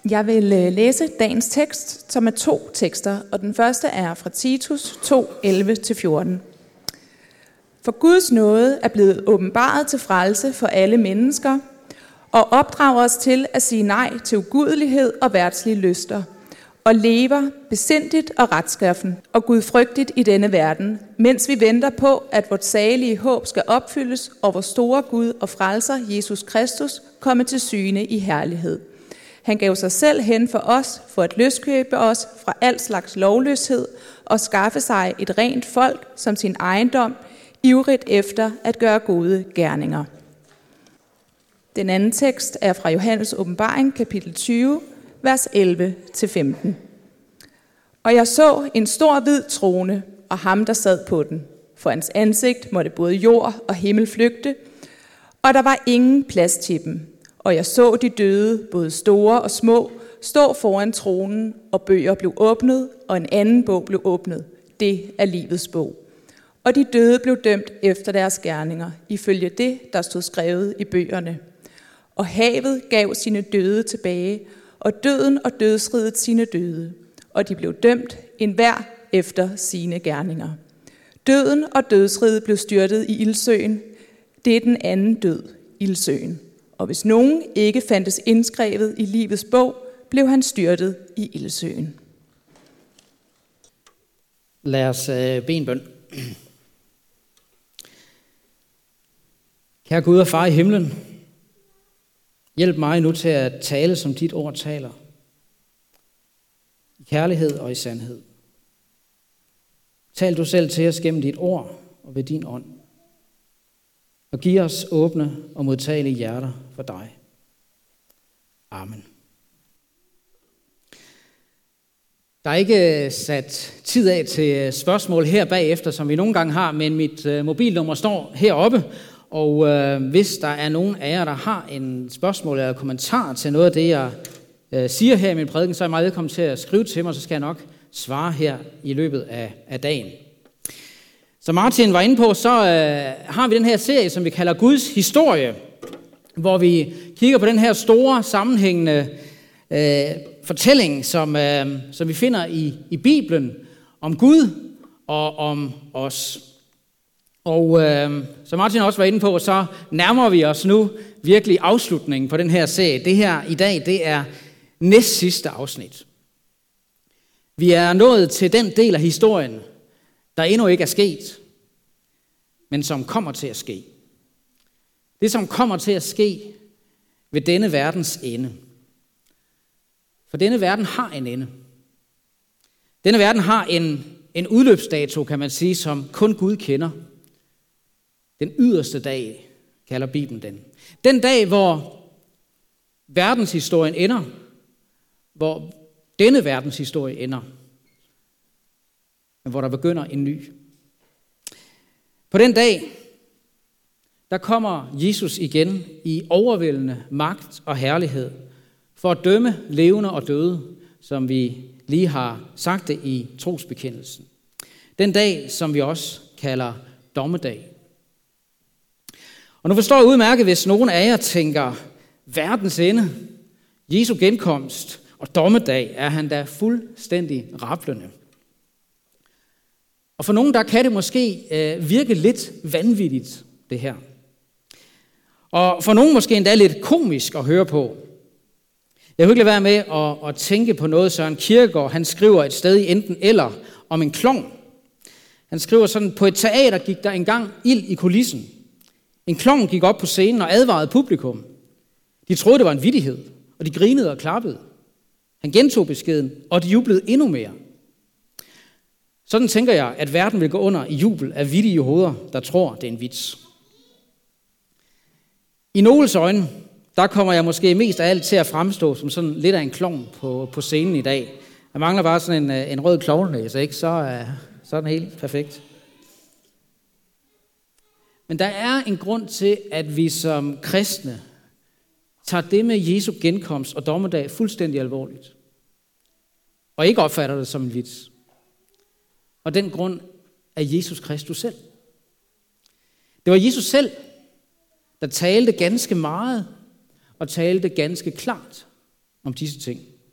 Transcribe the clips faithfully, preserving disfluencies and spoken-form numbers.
Jeg vil læse dagens tekst, som er to tekster, og den første er fra Titus to, elleve til fjorten. For Guds nåde er blevet åbenbaret til frelse for alle mennesker, og opdrager os til at sige nej til ugudelighed og verdslige lyster, og lever besindigt og retskaffen og gudfrygtigt i denne verden, mens vi venter på, at vort salige håb skal opfyldes, og vor store Gud og frelser, Jesus Kristus, komme til syne i herlighed. Han gav sig selv hen for os, for at løskøbe os fra al slags lovløshed og skaffe sig et rent folk som sin ejendom, ivrigt efter at gøre gode gerninger. Den anden tekst er fra Johannes åbenbaring, kapitel tyve, vers elleve til femten. Og jeg så en stor hvid trone, og ham, der sad på den. For hans ansigt måtte både jord og himmel flygte, og der var ingen plads til dem. Og jeg så de døde, både store og små, stå foran tronen, og bøger blev åbnet, og en anden bog blev åbnet. Det er livets bog. Og de døde blev dømt efter deres gerninger, ifølge det, der stod skrevet i bøgerne. Og havet gav sine døde tilbage, og døden og dødsriget sine døde. Og de blev dømt enhver efter sine gerninger. Døden og dødsriget blev styrtet i ildsøen. Det er den anden død, ildsøen. Og hvis nogen ikke fandtes indskrevet i livets bog, blev han styrtet i ildsøen. Lad os øh, bede en bøn. Kære Gud og Far i himlen, hjælp mig nu til at tale, som dit ord taler. I kærlighed og i sandhed. Tal du selv til os gennem dit ord og ved din ånd. Og giv os åbne og modtagelige hjerter for dig. Amen. Der er ikke sat tid af til spørgsmål her bagefter, som vi nogle gange har, men mit mobilnummer står heroppe. Og øh, hvis der er nogen af jer, der har en spørgsmål eller kommentar til noget af det, jeg øh, siger her i min prædiken, så er jeg meget velkommen til at skrive til mig, så skal jeg nok svare her i løbet af, af dagen. Som Martin var inde på, så øh, har vi den her serie, som vi kalder Guds historie, hvor vi kigger på den her store, sammenhængende øh, fortælling, som, øh, som vi finder i, i Bibelen om Gud og om os. Og øh, som Martin også var inde på, så nærmer vi os nu virkelig afslutningen på den her serie. Det her i dag, det er næst sidste afsnit. Vi er nået til den del af historien, der endnu ikke er sket, men som kommer til at ske. Det, som kommer til at ske ved denne verdens ende. For denne verden har en ende. Denne verden har en, en udløbsdato, kan man sige, som kun Gud kender. Den yderste dag, kalder Bibelen den. Den dag, hvor verdenshistorien ender, hvor denne verdenshistorie ender, men hvor der begynder en ny. På den dag, der kommer Jesus igen i overvældende magt og herlighed, for at dømme levende og døde, som vi lige har sagt det i trosbekendelsen. Den dag, som vi også kalder dommedag. Og nu forstår jeg udmærket, hvis nogen af jer tænker, verdens ende, Jesu genkomst og dommedag, er han da fuldstændig rablende. Og for nogen, der kan det måske øh, virke lidt vanvittigt, det her. Og for nogen måske endda lidt komisk at høre på. Jeg vil ikke lade være med at, at tænke på noget, Søren Kierkegaard, han skriver et sted i enten eller om en klovn. Han skriver sådan, på et teater gik der engang ild i kulissen. En klovn gik op på scenen og advarede publikum. De troede, det var en vittighed, og de grinede og klappede. Han gentog beskeden, og de jublede endnu mere. Sådan tænker jeg, at verden vil gå under i jubel af vittige hoveder, der tror, det er en vits. I nogles øjne, der kommer jeg måske mest af alt til at fremstå som sådan lidt af en klovn på, på scenen i dag. Der mangler bare sådan en, en rød klovnenæse, ikke? Så, så er den helt perfekt. Men der er en grund til, at vi som kristne tager det med Jesu genkomst og dommedag fuldstændig alvorligt. Og ikke opfatter det som en vits. Og den grund er Jesus Kristus selv. Det var Jesus selv, der talte ganske meget og talte ganske klart om disse ting.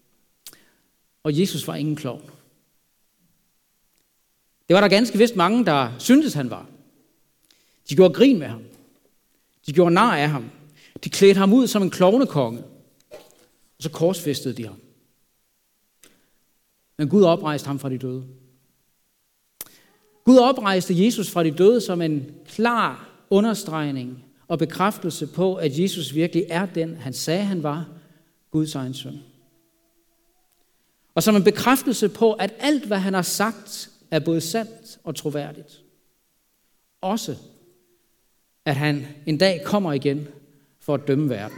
Og Jesus var ingen klovn. Det var der ganske vist mange, der syntes, han var. De gjorde grin med ham. De gjorde nar af ham. De klædte ham ud som en klovnekonge. Og så korsfæstede de ham. Men Gud oprejste ham fra de døde. Gud oprejste Jesus fra de døde som en klar understregning og bekræftelse på, at Jesus virkelig er den, han sagde, han var, Guds egen søn. Og som en bekræftelse på, at alt, hvad han har sagt, er både sandt og troværdigt. Også, at han en dag kommer igen for at dømme verden.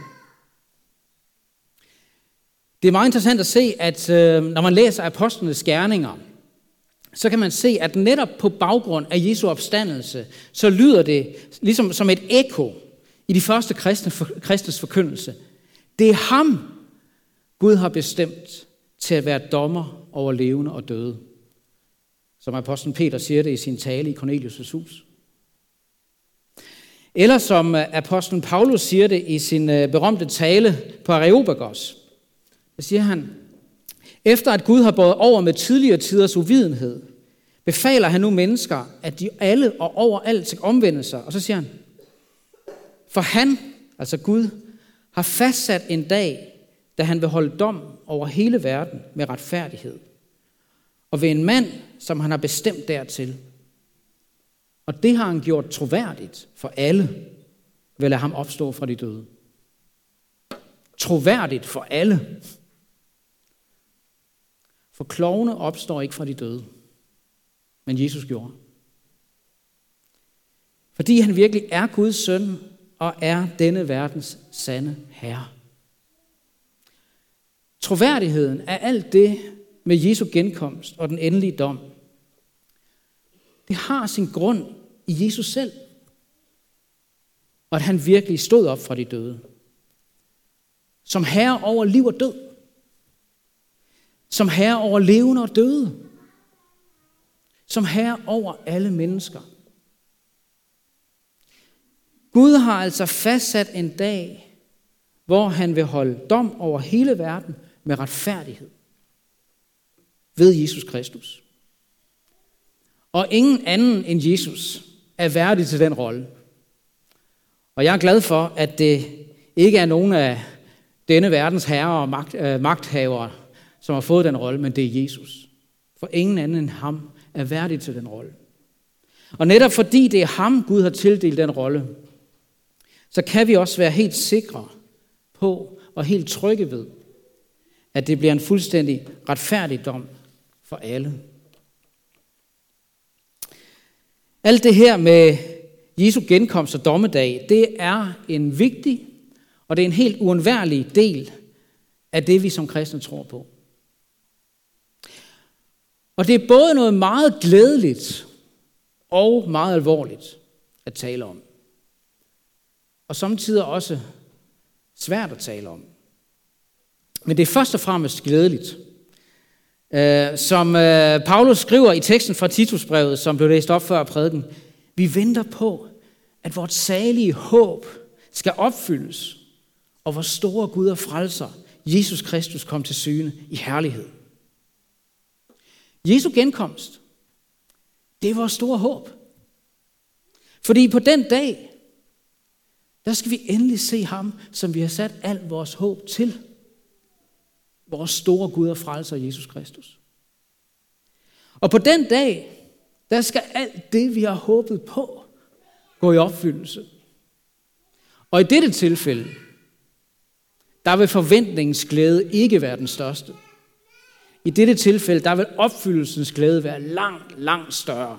Det er meget interessant at se, at øh, når man læser apostlenes gerninger, så kan man se, at netop på baggrund af Jesu opstandelse, så lyder det ligesom som et ekko i de første kristne, kristnes forkyndelse. Det er ham, Gud har bestemt til at være dommer over levende og døde. Som apostlen Peter siger det i sin tale i Cornelius' hus. Eller som apostlen Paulus siger det i sin berømte tale på Areopagos. Der siger han, efter at Gud har båret over med tidligere tiders uvidenhed, befaler han nu mennesker, at de alle og overalt skal omvende sig. Og så siger han, for han, altså Gud, har fastsat en dag, da han vil holde dom over hele verden med retfærdighed. Og ved en mand, som han har bestemt dertil. Og det har han gjort troværdigt for alle, vil lade ham opstå fra de døde. Troværdigt for alle. For klovne opstår ikke fra de døde, men Jesus gjorde. Fordi han virkelig er Guds søn og er denne verdens sande herre. Troværdigheden er alt det med Jesu genkomst og den endelige dom. Det har sin grund i Jesus selv, og at han virkelig stod op fra de døde. Som herre over liv og død. Som herre over levende og døde. Som herre over alle mennesker. Gud har altså fastsat en dag, hvor han vil holde dom over hele verden med retfærdighed. Ved Jesus Kristus. Og ingen anden end Jesus er værdig til den rolle. Og jeg er glad for, at det ikke er nogen af denne verdens herrer og magt, øh, magthavere, som har fået den rolle, men det er Jesus. For ingen anden end ham er værdig til den rolle. Og netop fordi det er ham, Gud har tildelt den rolle, så kan vi også være helt sikre på og helt trygge ved, at det bliver en fuldstændig retfærdig dom for alle. Alt det her med Jesu genkomst og dommedag, det er en vigtig og det er en helt uundværlig del af det, vi som kristne tror på. Og det er både noget meget glædeligt og meget alvorligt at tale om. Og samtidig også svært at tale om. Men det er først og fremmest glædeligt. Som Paulus skriver i teksten fra Titusbrevet, som blev læst op før prædiken, vi venter på, at vores salige håb skal opfyldes, og hvor store Gud og frelser, Jesus Kristus, kom til syne i herlighed. Jesu genkomst, det er vores store håb. Fordi på den dag, der skal vi endelig se ham, som vi har sat alt vores håb til. Vores store Gud og frelser, Jesus Kristus. Og på den dag, der skal alt det, vi har håbet på, gå i opfyldelse. Og i dette tilfælde, der vil forventningens glæde ikke være den største. I dette tilfælde, der vil opfyldelsens glæde være langt, langt større.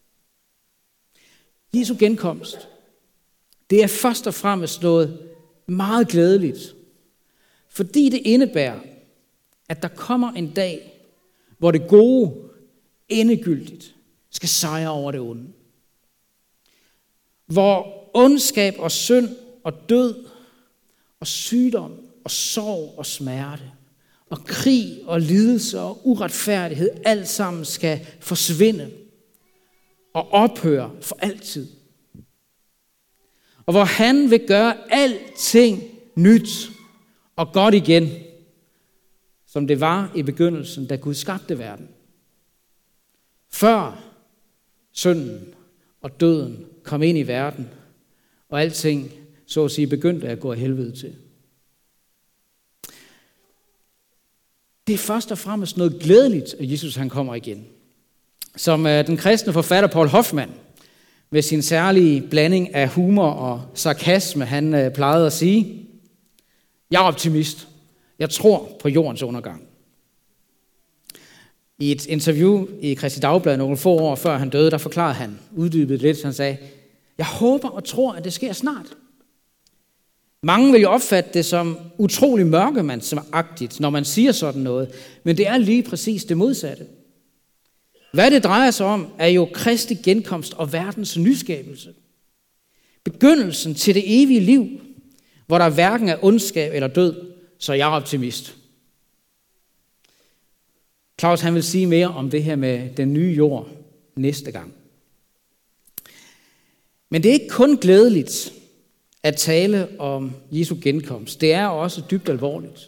Jesu genkomst, det er først og fremmest noget meget glædeligt, fordi det indebærer, at der kommer en dag, hvor det gode endegyldigt skal sejre over det onde. Hvor ondskab og synd og død og sygdom og sorg og smerte og krig og lidelse og uretfærdighed alt sammen skal forsvinde og ophøre for altid. Og hvor han vil gøre alting nyt og godt igen, som det var i begyndelsen, da Gud skabte verden. Før synden og døden kom ind i verden, og alting, så at sige, begyndte at gå af helvede til. Det er først og fremmest noget glædeligt, at Jesus han kommer igen. Som den kristne forfatter Paul Hoffmann, med sin særlige blanding af humor og sarkasme, han plejede at sige: jeg er optimist. Jeg tror på jordens undergang. I et interview i Kristi Dagblad nogle få år før han døde, der forklarede han, uddybede lidt, han sagde: jeg håber og tror, at det sker snart. Mange vil jo opfatte det som utrolig mørkemandsagtigt, når man siger sådan noget, men det er lige præcis det modsatte. Hvad det drejer sig om, er jo Kristi genkomst og verdens nyskabelse. Begyndelsen til det evige liv, hvor der hverken er ondskab eller død, så jeg er optimist. Claus han vil sige mere om det her med den nye jord næste gang. Men det er ikke kun glædeligt at tale om Jesu genkomst. Det er også dybt alvorligt.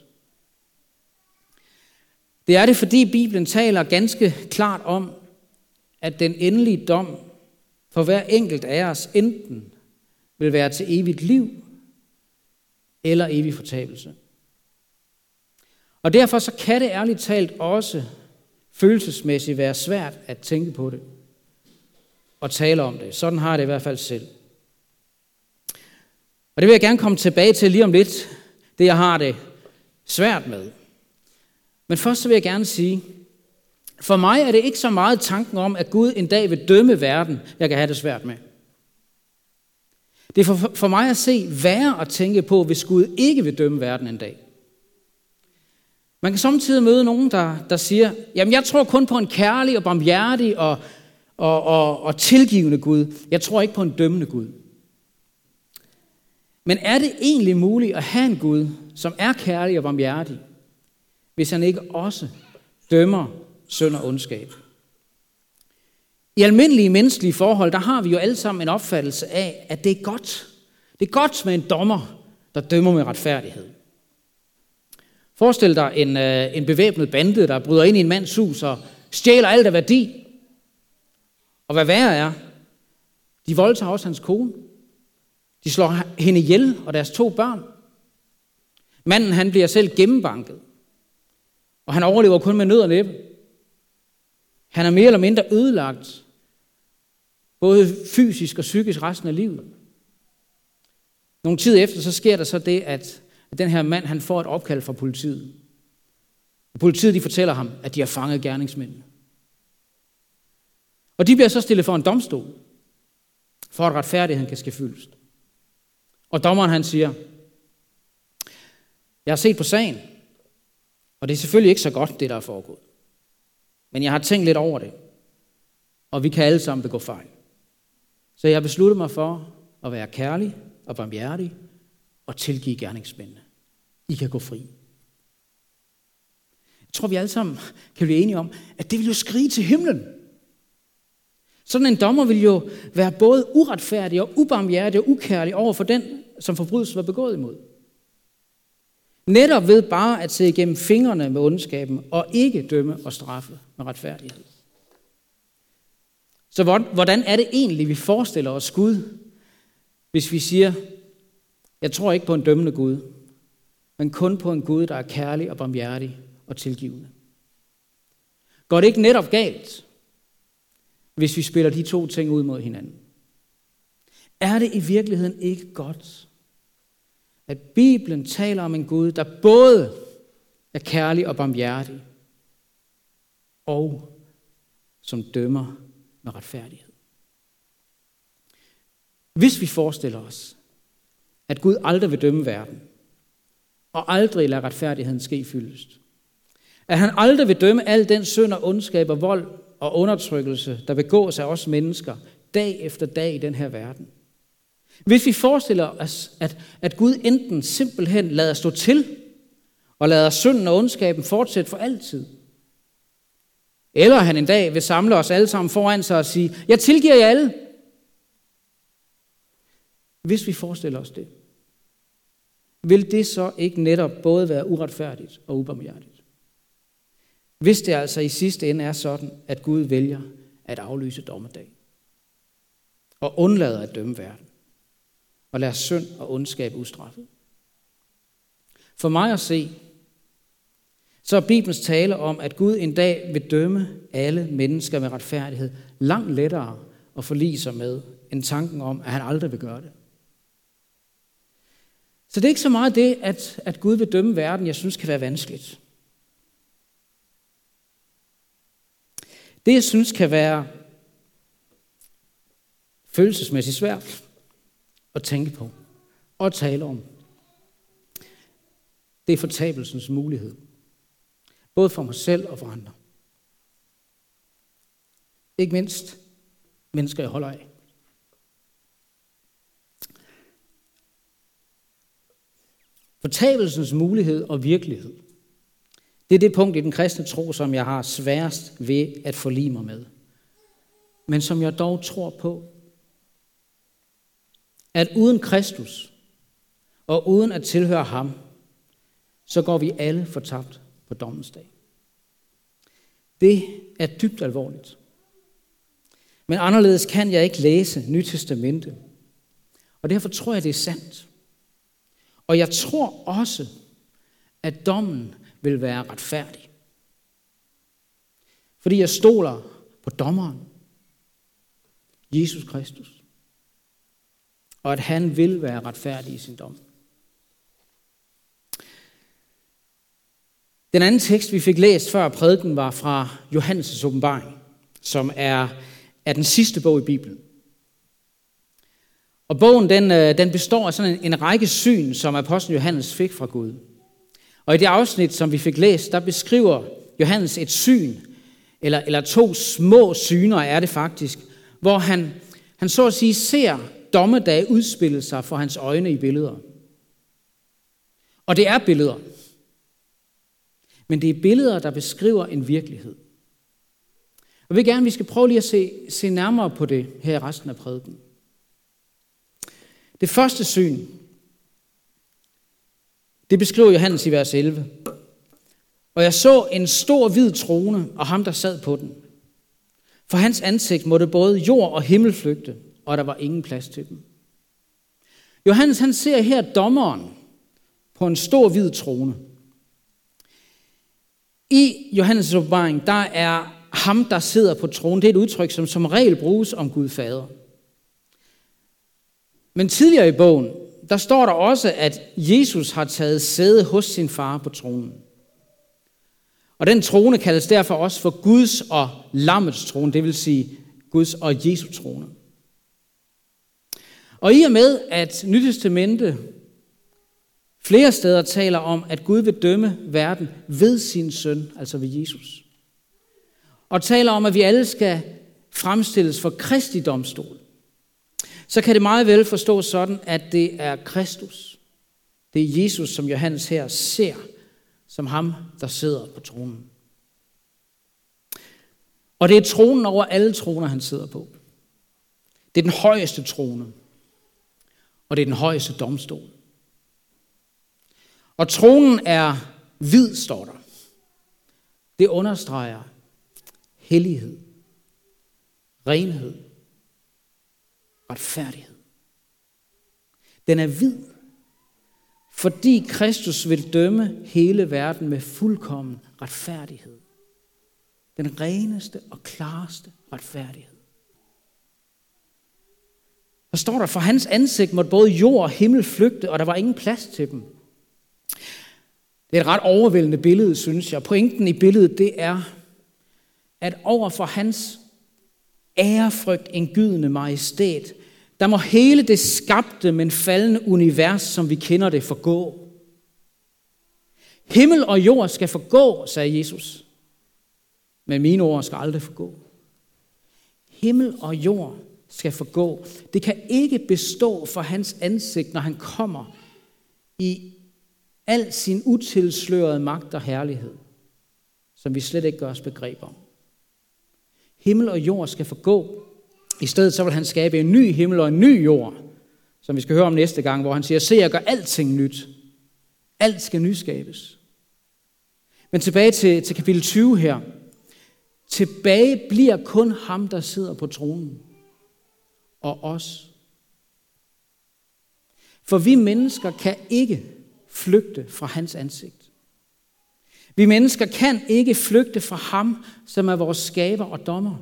Det er det, fordi Bibelen taler ganske klart om, at den endelige dom for hver enkelt af os enten vil være til evigt liv eller evig fortabelse. Og derfor så kan det ærligt talt også følelsesmæssigt være svært at tænke på det og tale om det. Sådan har jeg det i hvert fald selv. Og det vil jeg gerne komme tilbage til lige om lidt, det jeg har det svært med. Men først så vil jeg gerne sige, for mig er det ikke så meget tanken om, at Gud en dag vil dømme verden, jeg kan have det svært med. Det er for, for mig at se værre at tænke på, hvis Gud ikke vil dømme verden en dag. Man kan samtidig møde nogen, der, der siger, jamen jeg tror kun på en kærlig og barmhjertig og, og, og, og tilgivende Gud. Jeg tror ikke på en dømmende Gud. Men er det egentlig muligt at have en Gud, som er kærlig og barmhjertig, hvis han ikke også dømmer synd og ondskab? I almindelige menneskelige forhold, der har vi jo alle sammen en opfattelse af, at det er godt. Det er godt med en dommer, der dømmer med retfærdighed. Forestil dig en, en bevæbnet bande, der bryder ind i en mands hus og stjæler alt af værdi. Og hvad værre er, de voldtager også hans kone. De slår hende ihjel og deres to børn. Manden han bliver selv gennembanket, og han overlever kun med nød og næppe. Han er mere eller mindre ødelagt, både fysisk og psykisk resten af livet. Nogle tid efter, så sker der så det, at den her mand han får et opkald fra politiet. Og politiet de fortæller ham, at de har fanget gerningsmændene. Og de bliver så stillet for en domstol, for at retfærdigheden kan ske fyldest. Og dommeren han siger, jeg har set på sagen, og det er selvfølgelig ikke så godt, det der er foregået. Men jeg har tænkt lidt over det, og vi kan alle sammen begå fejl. Så jeg har besluttet mig for at være kærlig og barmhjertig og tilgive gerningsmændene. I kan gå fri. Jeg tror, vi alle sammen kan blive enige om, at det vil jo skrige til himlen. Sådan en dommer vil jo være både uretfærdig og ubarmhjertig og ukærlig over for den, som forbrydelsen var begået imod. Netop ved bare at se igennem fingrene med ondskaben og ikke dømme og straffe med retfærdighed. Så hvordan er det egentlig, vi forestiller os Gud, hvis vi siger, jeg tror ikke på en dømmende Gud, men kun på en Gud, der er kærlig og barmhjertig og tilgivende? Går det ikke netop galt, hvis vi spiller de to ting ud mod hinanden? Er det i virkeligheden ikke godt, at Bibelen taler om en Gud, der både er kærlig og barmhjertig, og som dømmer med retfærdighed? Hvis vi forestiller os, at Gud aldrig vil dømme verden, og aldrig lade retfærdigheden ske fyldest, at han aldrig vil dømme al den synd og ondskab og vold og undertrykkelse, der begås af os mennesker dag efter dag i den her verden. Hvis vi forestiller os, at, at Gud enten simpelthen lader stå til, og lader synden og ondskaben fortsætte for altid, eller han en dag vil samle os alle sammen foran sig og sige, jeg tilgiver jer alle. Hvis vi forestiller os det, vil det så ikke netop både være uretfærdigt og ubarmhjertigt? Hvis det altså i sidste ende er sådan, at Gud vælger at aflyse dommedag og undlader at dømme verden og lader synd og ondskab ustraffet. For mig at se, så er Bibelens tale om, at Gud en dag vil dømme alle mennesker med retfærdighed, langt lettere at forlige sig med, end tanken om, at han aldrig vil gøre det. Så det er ikke så meget det, at, at Gud vil dømme verden, jeg synes kan være vanskeligt. Det, jeg synes kan være følelsesmæssigt svært at tænke på og tale om, det er fortabelsens mulighed. Både for mig selv og for andre. Ikke mindst mennesker, jeg holder af. Fortabelsens mulighed og virkelighed, det er det punkt i den kristne tro, som jeg har sværest ved at forlige mig med. Men som jeg dog tror på, at uden Kristus og uden at tilhøre ham, så går vi alle fortabt på dommens dag. Det er dybt alvorligt. Men anderledes kan jeg ikke læse Nyt Testamente. Og derfor tror jeg, det er sandt. Og jeg tror også, at dommen vil være retfærdig. Fordi jeg stoler på dommeren, Jesus Kristus. Og at han vil være retfærdig i sin dom. Den anden tekst, vi fik læst før prædiken, var fra Johannes' åbenbaring, som er, er den sidste bog i Bibelen. Og bogen den, den består af sådan en, en række syn, som apostlen Johannes fik fra Gud. Og i det afsnit, som vi fik læst, der beskriver Johannes et syn, eller, eller to små syner er det faktisk, hvor han, han så at sige ser dommedag udspille sig for hans øjne i billeder. Og det er billeder. Men det er billeder, der beskriver en virkelighed. Og jeg vil gerne, at vi skal prøve lige at se, se nærmere på det her i resten af prædiken. Det første syn, det beskriver Johannes i vers elleve. Og jeg så en stor hvid trone, og ham der sad på den. For hans ansigt måtte både jord og himmel flygte, og der var ingen plads til dem. Johannes han ser her dommeren på en stor hvid trone. I Johannes' åbenbaring, der er ham, der sidder på tronen. Det er et udtryk, som som regel bruges om Gud Fader. Men tidligere i bogen, der står der også, at Jesus har taget sæde hos sin far på tronen. Og den trone kaldes derfor også for Guds og Lammets trone, det vil sige Guds og Jesu trone. Og i og med, at Nyt Testamente flere steder taler om, at Gud vil dømme verden ved sin søn, altså ved Jesus. Og taler om, at vi alle skal fremstilles for Kristi domstol. Så kan det meget vel forstås sådan, at det er Kristus. Det er Jesus, som Johannes her ser, som ham, der sidder på tronen. Og det er tronen over alle troner, han sidder på. Det er den højeste trone. Og det er den højeste domstol. Og tronen er hvid, står der. Det understreger hellighed, renhed, retfærdighed. Den er hvid, fordi Kristus vil dømme hele verden med fuldkommen retfærdighed. Den reneste og klareste retfærdighed. Der står der, for hans ansigt måtte både jord og himmel flygte, og der var ingen plads til dem. Det er et ret overvældende billede, synes jeg. Pointen i billedet, det er, at over for hans ærefrygt, indgydende majestæt, der må hele det skabte, men faldende univers, som vi kender det, forgå. Himmel og jord skal forgå, sagde Jesus. Men mine ord skal aldrig forgå. Himmel og jord skal forgå. Det kan ikke bestå for hans ansigt, når han kommer i al sin utilslørede magt og herlighed, som vi slet ikke gør os begreb om. Himmel og jord skal forgå. I stedet så vil han skabe en ny himmel og en ny jord, som vi skal høre om næste gang, hvor han siger, se, jeg gør alting nyt. Alt skal nyskabes. Men tilbage til, til kapitel tyve her. Tilbage bliver kun ham, der sidder på tronen. Og os. For vi mennesker kan ikke flygte fra hans ansigt. Vi mennesker kan ikke flygte fra ham, som er vores skaber og dommer.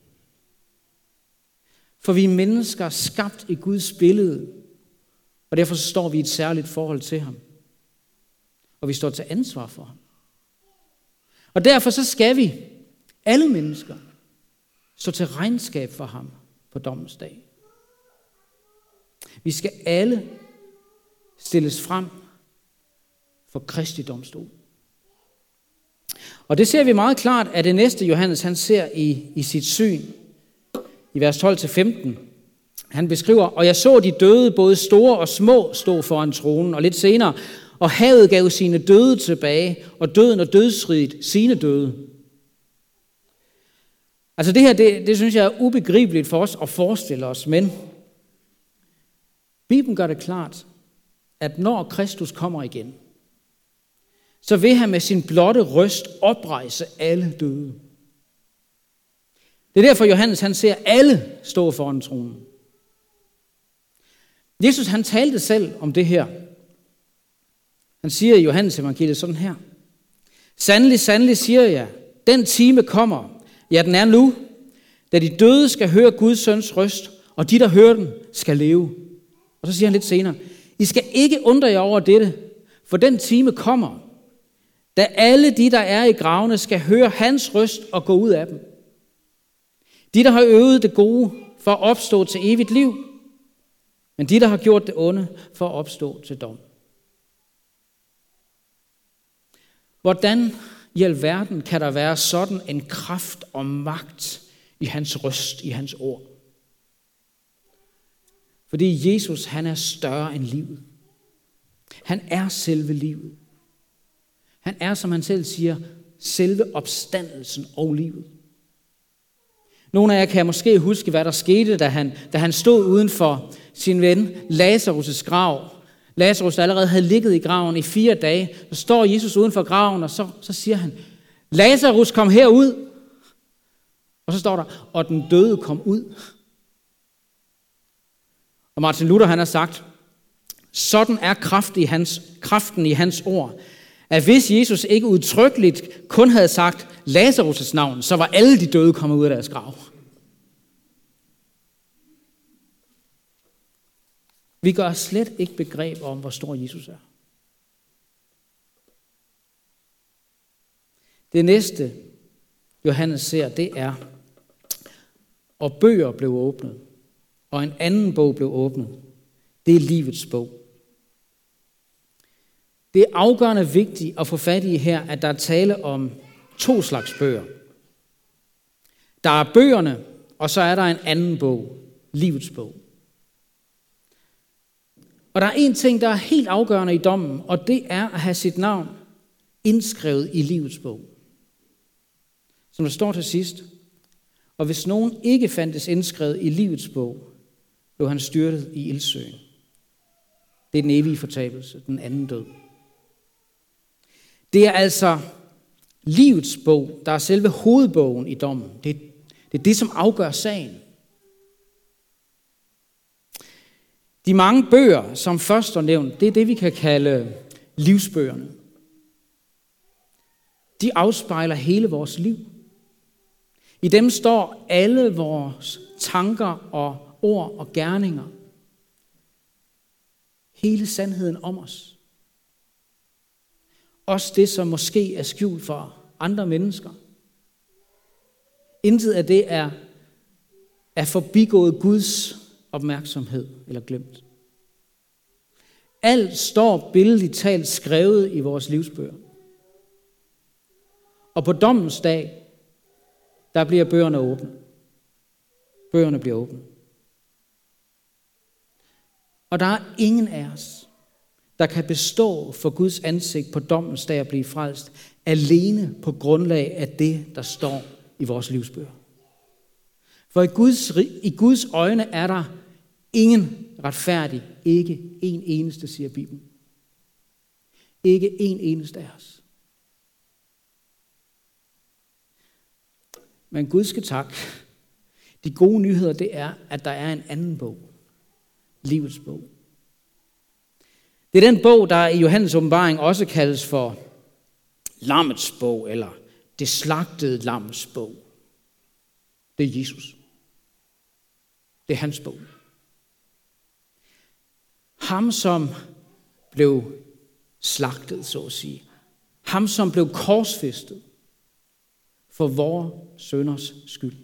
For vi mennesker er skabt i Guds billede, og derfor så står vi i et særligt forhold til ham. Og vi står til ansvar for ham. Og derfor så skal vi, alle mennesker, stå til regnskab for ham på dommens dag. Vi skal alle stilles frem for Kristi domstol. Og det ser vi meget klart, at det næste Johannes han ser i, i sit syn, i vers tolv til femten. Han beskriver, og jeg så de døde, både store og små, stå foran tronen, og lidt senere, og havet gav sine døde tilbage, og døden og dødsriget sine døde. Altså det her, det, det synes jeg er ubegribeligt for os at forestille os, men Bibelen gør det klart, at når Kristus kommer igen, så vil han med sin blotte røst oprejse alle døde. Det er derfor Johannes han ser alle stå foran tronen. Jesus han talte selv om det her. Han siger i Johannes evangeliet sådan her. Sandelig, sandelig siger jeg, den time kommer, ja den er nu, da de døde skal høre Guds søns røst, og de der hører den skal leve. Og så siger han lidt senere, I skal ikke undre jer over dette, for den time kommer, da alle de, der er i gravene, skal høre hans røst og gå ud af dem. De, der har øvet det gode for at opstå til evigt liv, men de, der har gjort det onde for at opstå til dom. Hvordan i alverden kan der være sådan en kraft og magt i hans røst, i hans ord? Fordi Jesus, han er større end livet. Han er selve livet. Han er, som han selv siger, selve opstandelsen og livet. Nogle af jer kan måske huske, hvad der skete, da han, da han stod uden for sin ven Lazarus' grav. Lazarus, der allerede havde ligget i graven i fire dage. Så står Jesus uden for graven, og så, så siger han, Lazarus, kom herud. Og så står der, og den døde kom ud. Og Martin Luther, han har sagt, sådan er kraft i hans, kraften i hans ord, at hvis Jesus ikke udtrykkeligt kun havde sagt Lazarus' navn, så var alle de døde kommet ud af deres grav. Vi gør slet ikke begreb om, hvor stor Jesus er. Det næste, Johannes ser, det er, og bøger blev åbnet, og en anden bog blev åbnet. Det er livets bog. Det er afgørende vigtigt at få fat i her, at der er tale om to slags bøger. Der er bøgerne, og så er der en anden bog, livets bog. Og der er en ting, der er helt afgørende i dommen, og det er at have sit navn indskrevet i livets bog. Som der står til sidst, og hvis nogen ikke fandtes indskrevet i livets bog, blev han styrtet i ildsøen. Det er den evige fortabelse, den anden død. Det er altså livets bog, der er selve hovedbogen i dommen. Det, det er det, som afgør sagen. De mange bøger, som først er nævnt, det er det, vi kan kalde livsbøgerne. De afspejler hele vores liv. I dem står alle vores tanker og ord og gerninger. Hele sandheden om os. Også det, som måske er skjult for andre mennesker. Intet af det er, er forbigået Guds opmærksomhed eller glemt. Alt står billedligt talt skrevet i vores livsbøger. Og på dommens dag, der bliver bøgerne åbne. Bøgerne bliver åbne. Og der er ingen af os, der kan bestå for Guds ansigt på dommens dag at blive frelst, alene på grundlag af det, der står i vores livsbøger. For i Guds, i Guds øjne er der ingen retfærdig, ikke en eneste, siger Bibelen. Ikke en eneste af os. Men Gud skal tak. De gode nyheder, det er, at der er en anden bog. Livets bog. Det er den bog, der i Johannes åbenbaring også kaldes for lammets bog, eller det slagtede lammets bog. Det er Jesus. Det er hans bog. Ham, som blev slagtet, så at sige. Ham, som blev korsfæstet for vores synders skyld.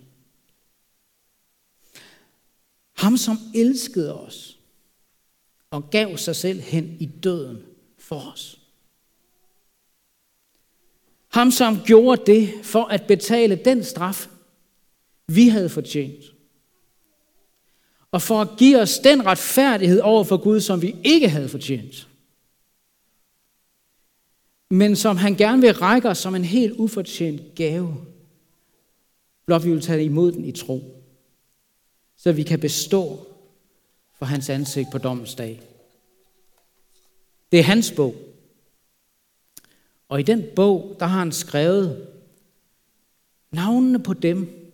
Ham, som elskede os og gav sig selv hen i døden for os. Ham, som gjorde det for at betale den straf, vi havde fortjent. Og for at give os den retfærdighed over for Gud, som vi ikke havde fortjent. Men som han gerne vil række os som en helt ufortjent gave. Blot vi vil tage imod den i tro. Så vi kan bestå for hans ansigt på dommens dag. Det er hans bog. Og i den bog, der har han skrevet navnene på dem,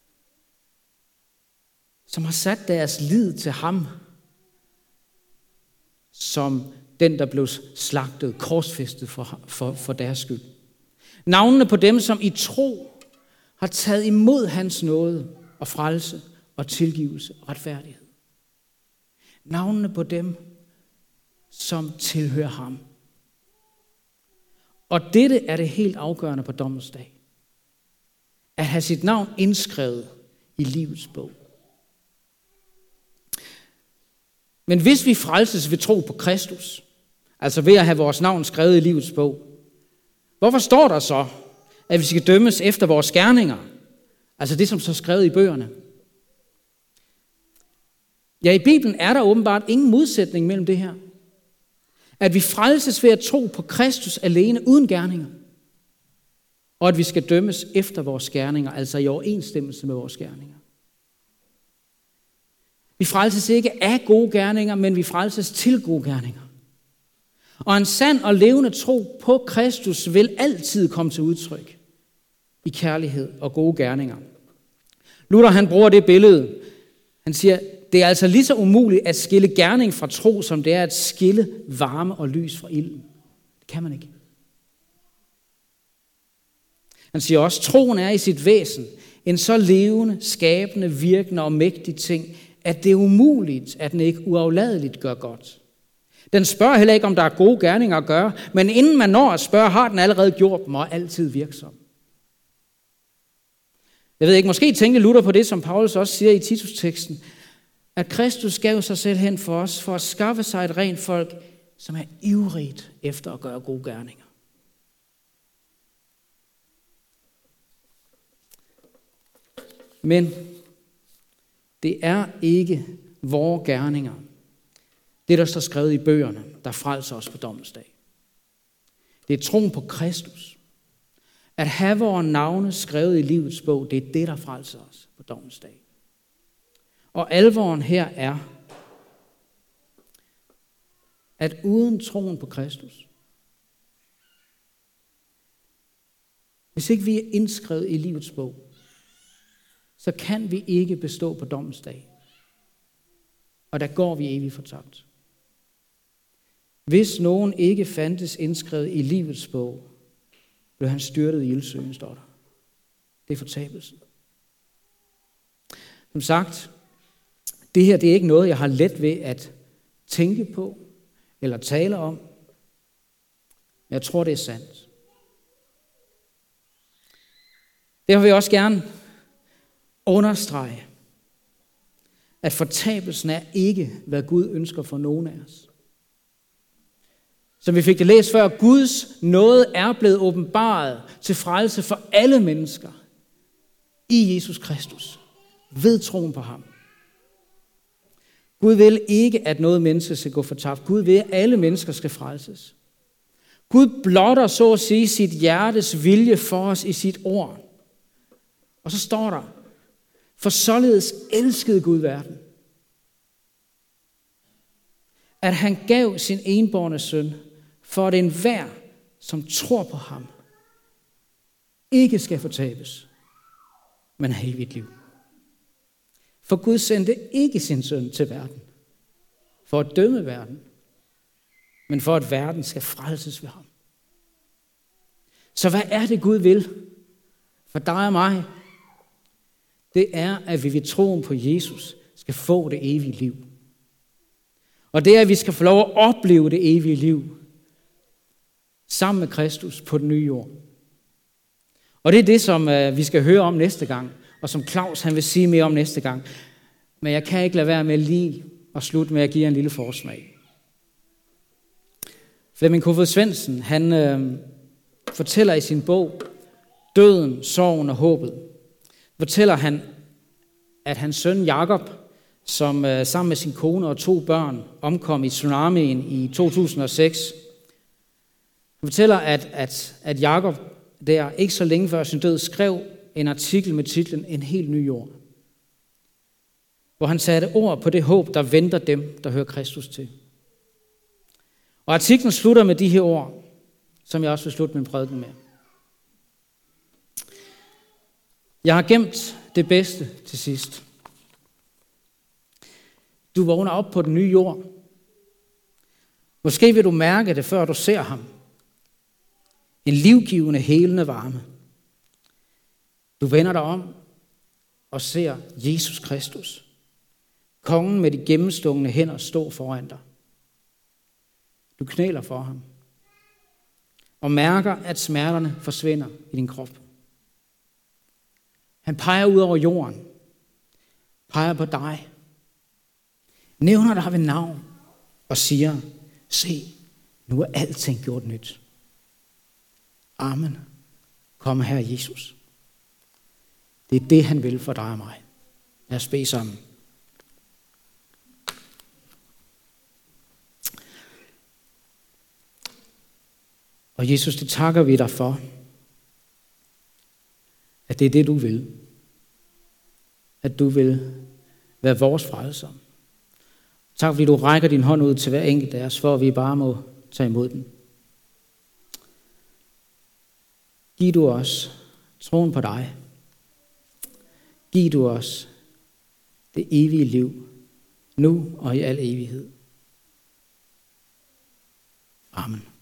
som har sat deres lid til ham, som den, der blev slagtet, korsfæstet for, for, for deres skyld. Navnene på dem, som i tro har taget imod hans nåde og frelse og tilgivelse og retfærdighed. Navnene på dem, som tilhører ham. Og dette er det helt afgørende på dommens dag. At have sit navn indskrevet i livets bog. Men hvis vi frelses ved tro på Kristus, altså ved at have vores navn skrevet i livets bog, hvorfor står der så, at vi skal dømmes efter vores gerninger? Altså det, som så er skrevet i bøgerne. Ja, i Bibelen er der åbenbart ingen modsætning mellem det her. At vi frelses ved at tro på Kristus alene uden gerninger. Og at vi skal dømmes efter vores gerninger, altså i overensstemmelse med vores gerninger. Vi frelses ikke af gode gerninger, men vi frelses til gode gerninger. Og en sand og levende tro på Kristus vil altid komme til udtryk i kærlighed og gode gerninger. Luther, han bruger det billede. Han siger, det er altså lige så umuligt at skille gerning fra tro, som det er at skille varme og lys fra ilden. Det kan man ikke. Han siger også, troen er i sit væsen en så levende, skabende, virkende og mægtig ting, at det er umuligt, at den ikke uafladeligt gør godt. Den spørger heller ikke, om der er gode gerninger at gøre, men inden man når at spørge, har den allerede gjort dem og er altid virksom. Jeg ved ikke, måske tænkte Luther på det, som Paulus også siger i Titus-teksten, at Kristus gav sig selv hen for os, for at skaffe sig et rent folk, som er ivrigt efter at gøre gode gerninger. Men det er ikke vore gerninger, det der står skrevet i bøgerne, der frelser os på dommens dag. Det er troen på Kristus. At have vores navne skrevet i livets bog, det er det, der frelser os på dommens dag. Og alvoren her er, at uden troen på Kristus, hvis ikke vi er indskrevet i livets bog, så kan vi ikke bestå på dommens dag. Og der går vi evigt fortabt. Hvis nogen ikke fandtes indskrevet i livets bog, blev han styrtet i ildsøen, står der. Det er fortabelsen. Som sagt, det her det er ikke noget, jeg har let ved at tænke på eller tale om. Jeg tror, det er sandt. Derfor vil jeg også gerne understrege, at fortabelsen er ikke, hvad Gud ønsker for nogen af os. Som vi fik det læst før, Guds nåde er blevet åbenbaret til frelse for alle mennesker i Jesus Kristus, ved troen på ham. Gud vil ikke, at noget menneske skal gå fortabt. Gud vil, at alle mennesker skal frelses. Gud blotter så at sige sit hjertes vilje for os i sit ord. Og så står der, for således elskede Gud verden, at han gav sin enbårne søn, for at enhver, som tror på ham, ikke skal fortabes, men have evigt liv. For Gud sendte ikke sin søn til verden for at dømme verden, men for at verden skal frelses ved ham. Så hvad er det, Gud vil for dig og mig? Det er, at vi ved troen på Jesus skal få det evige liv. Og det er, at vi skal få lov at opleve det evige liv sammen med Kristus på den nye jord. Og det er det, som vi skal høre om næste gang, og som Claus han vil sige mere om næste gang. Men jeg kan ikke lade være med lige at slutte med at give en lille forsmag. Flemming Kofod Svendsen, han øh, fortæller i sin bog, Døden, sorgen og håbet, fortæller han, at hans søn Jakob, som øh, sammen med sin kone og to børn omkom i tsunamien i to tusind og seks, han fortæller, at, at, at Jakob der ikke så længe før sin død skrev en artikel med titlen En helt ny jord, hvor han satte ord på det håb, der venter dem, der hører Kristus til. Og artiklen slutter med de her ord, som jeg også vil slutte min prædiken med. Jeg har gemt det bedste til sidst. Du vågner op på den nye jord. Måske vil du mærke det, før du ser ham. En livgivende, helende varme. Du vender dig om og ser Jesus Kristus, kongen med de gennemstungne hænder, stå foran dig. Du knæler for ham og mærker, at smerterne forsvinder i din krop. Han peger ud over jorden, peger på dig, nævner dig ved navn og siger, se, nu er alting gjort nyt. Amen. Kom her, Jesus. Det er det, han vil for dig og mig. Lad os bede sammen. Og Jesus, det takker vi dig for, at det er det, du vil. At du vil være vores frelser. Tak, fordi du rækker din hånd ud til hver enkelt af os, for at vi bare må tage imod den. Giv du os troen på dig. Giv du os det evige liv, nu og i al evighed. Amen.